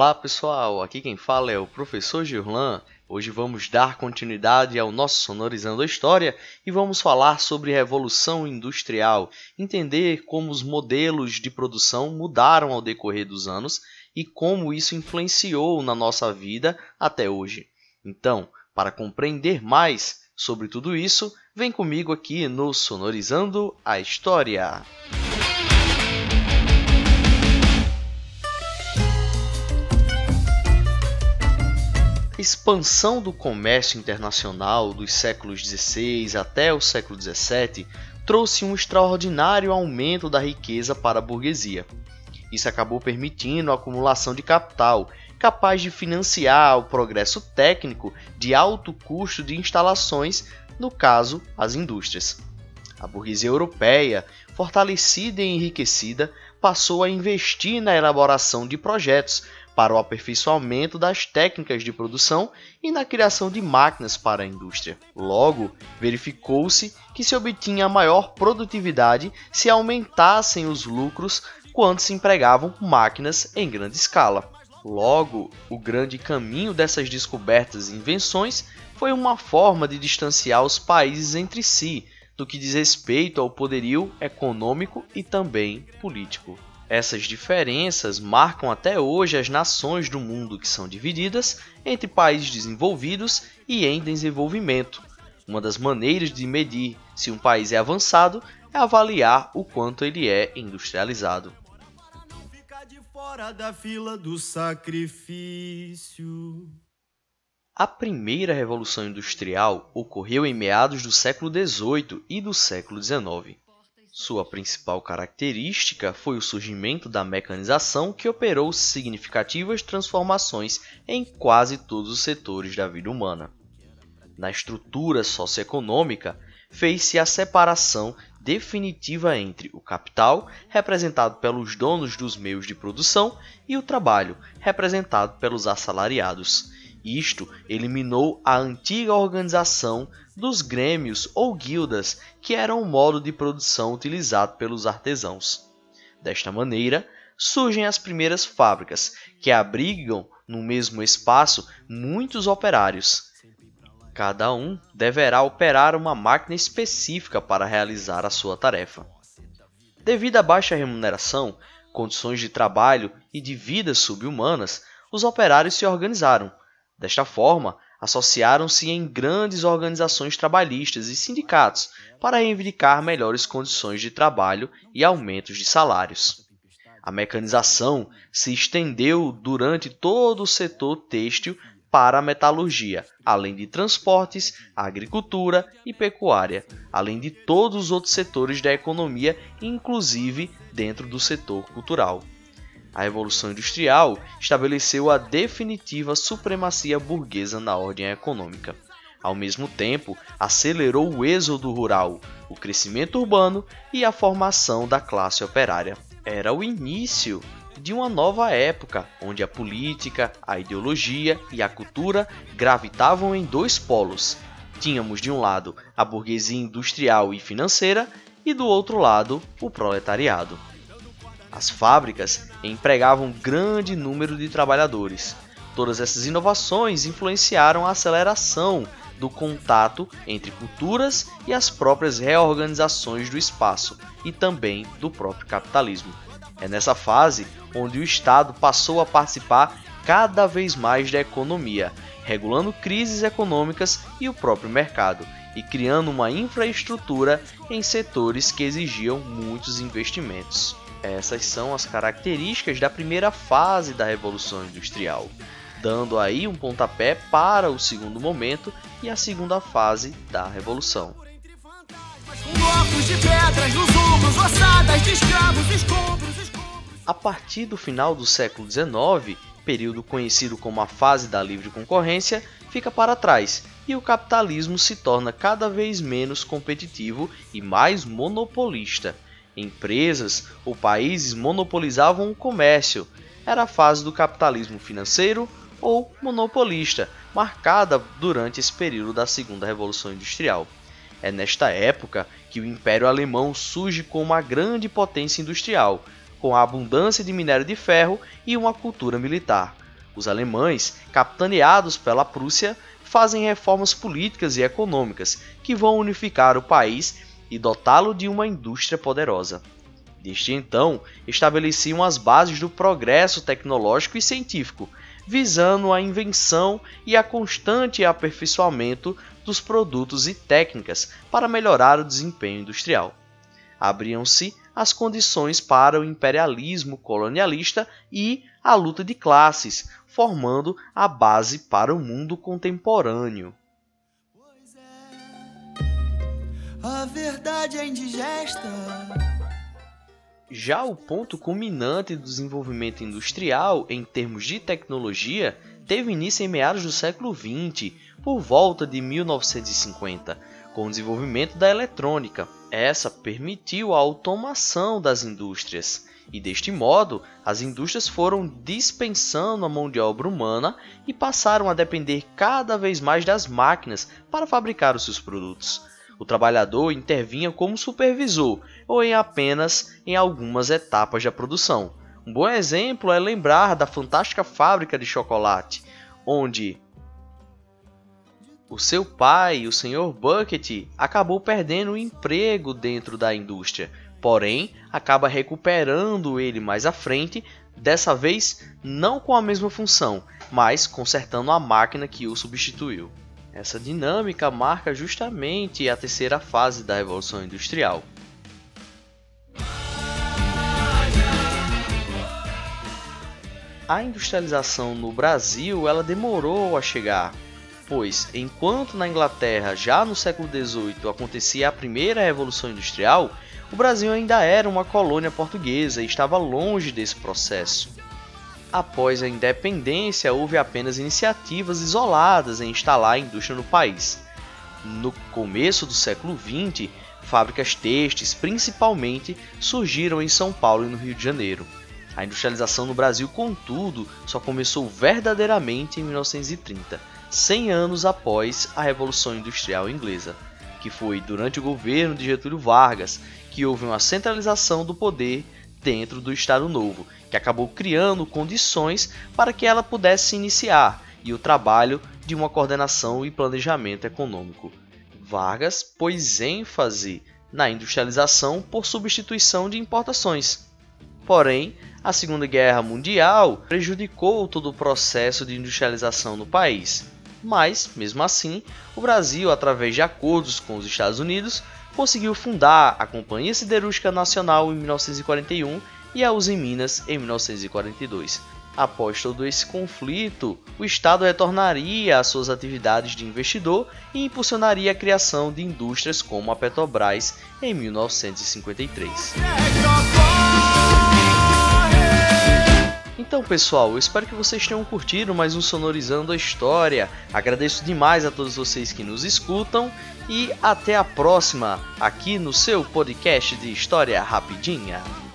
Olá pessoal, aqui quem fala é o professor Girlan. Hoje vamos dar continuidade ao nosso Sonorizando a História e vamos falar sobre Revolução Industrial, entender como os modelos de produção mudaram ao decorrer dos anos e como isso influenciou na nossa vida até hoje. Então, para compreender mais sobre tudo isso, vem comigo aqui no Sonorizando a História. A expansão do comércio internacional dos séculos XVI até o século XVII trouxe um extraordinário aumento da riqueza para a burguesia. Isso acabou permitindo a acumulação de capital, capaz de financiar o progresso técnico de alto custo de instalações, no caso, as indústrias. A burguesia europeia, fortalecida e enriquecida, passou a investir na elaboração de projetos para o aperfeiçoamento das técnicas de produção e na criação de máquinas para a indústria. Logo, verificou-se que se obtinha maior produtividade se aumentassem os lucros quando se empregavam máquinas em grande escala. Logo, o grande caminho dessas descobertas e invenções foi uma forma de distanciar os países entre si, no que diz respeito ao poderio econômico e também político. Essas diferenças marcam até hoje as nações do mundo, que são divididas entre países desenvolvidos e em desenvolvimento. Uma das maneiras de medir se um país é avançado é avaliar o quanto ele é industrializado. A primeira Revolução Industrial ocorreu em meados do século XVIII e do século XIX. Sua principal característica foi o surgimento da mecanização, que operou significativas transformações em quase todos os setores da vida humana. Na estrutura socioeconômica, fez-se a separação definitiva entre o capital, representado pelos donos dos meios de produção, e o trabalho, representado pelos assalariados. Isto eliminou a antiga organização dos grêmios ou guildas, que eram o modo de produção utilizado pelos artesãos. Desta maneira, surgem as primeiras fábricas, que abrigam no mesmo espaço muitos operários. Cada um deverá operar uma máquina específica para realizar a sua tarefa. Devido à baixa remuneração, condições de trabalho e de vida subhumanas, os operários se organizaram. Desta forma, associaram-se em grandes organizações trabalhistas e sindicatos para reivindicar melhores condições de trabalho e aumentos de salários. A mecanização se estendeu durante todo o setor têxtil para a metalurgia, além de transportes, agricultura e pecuária, além de todos os outros setores da economia, inclusive dentro do setor cultural. A Revolução Industrial estabeleceu a definitiva supremacia burguesa na ordem econômica. Ao mesmo tempo, acelerou o êxodo rural, o crescimento urbano e a formação da classe operária. Era o início de uma nova época, onde a política, a ideologia e a cultura gravitavam em dois polos. Tínhamos de um lado a burguesia industrial e financeira e do outro lado o proletariado. As fábricas empregavam grande número de trabalhadores. Todas essas inovações influenciaram a aceleração do contato entre culturas e as próprias reorganizações do espaço e também do próprio capitalismo. É nessa fase onde o Estado passou a participar cada vez mais da economia, regulando crises econômicas e o próprio mercado, e criando uma infraestrutura em setores que exigiam muitos investimentos. Essas são as características da primeira fase da Revolução Industrial, dando aí um pontapé para o segundo momento e a segunda fase da Revolução. A partir do final do século XIX, período conhecido como a fase da livre concorrência, fica para trás e o capitalismo se torna cada vez menos competitivo e mais monopolista. Empresas ou países monopolizavam o comércio. Era a fase do capitalismo financeiro ou monopolista, marcada durante esse período da Segunda Revolução Industrial. É nesta época que o Império Alemão surge como uma grande potência industrial, com a abundância de minério de ferro e uma cultura militar. Os alemães, capitaneados pela Prússia, fazem reformas políticas e econômicas que vão unificar o país e dotá-lo de uma indústria poderosa. Desde então, estabeleciam as bases do progresso tecnológico e científico, visando a invenção e a constante aperfeiçoamento dos produtos e técnicas para melhorar o desempenho industrial. Abriam-se as condições para o imperialismo colonialista e a luta de classes, formando a base para o mundo contemporâneo. Pois a verdade é indigesta. Já o ponto culminante do desenvolvimento industrial em termos de tecnologia teve início em meados do século XX, por volta de 1950, com o desenvolvimento da eletrônica. Essa permitiu a automação das indústrias, e deste modo, as indústrias foram dispensando a mão de obra humana e passaram a depender cada vez mais das máquinas para fabricar os seus produtos. O trabalhador intervinha como supervisor ou apenas em algumas etapas da produção. Um bom exemplo é lembrar da fantástica fábrica de chocolate, onde o seu pai, o Sr. Bucket, acabou perdendo o emprego dentro da indústria, porém acaba recuperando ele mais à frente, dessa vez não com a mesma função, mas consertando a máquina que o substituiu. Essa dinâmica marca justamente a terceira fase da Revolução Industrial. A industrialização no Brasil ela demorou a chegar, pois enquanto na Inglaterra já no século XVIII acontecia a primeira Revolução Industrial, o Brasil ainda era uma colônia portuguesa e estava longe desse processo. Após a independência, houve apenas iniciativas isoladas em instalar a indústria no país. No começo do século XX, fábricas têxteis principalmente surgiram em São Paulo e no Rio de Janeiro. A industrialização no Brasil, contudo, só começou verdadeiramente em 1930, 100 anos após a Revolução Industrial Inglesa, que foi durante o governo de Getúlio Vargas que houve uma centralização do poder dentro do Estado Novo, que acabou criando condições para que ela pudesse iniciar e o trabalho de uma coordenação e planejamento econômico. Vargas pôs ênfase na industrialização por substituição de importações. Porém, a Segunda Guerra Mundial prejudicou todo o processo de industrialização no país. Mas, mesmo assim, o Brasil, através de acordos com os Estados Unidos, conseguiu fundar a Companhia Siderúrgica Nacional em 1941 e a Uzi Minas em 1942. Após todo esse conflito, o Estado retornaria às suas atividades de investidor e impulsionaria a criação de indústrias como a Petrobras em 1953. Então, pessoal, eu espero que vocês tenham curtido mais um Sonorizando a História. Agradeço demais a todos vocês que nos escutam e até a próxima aqui no seu podcast de História Rapidinha.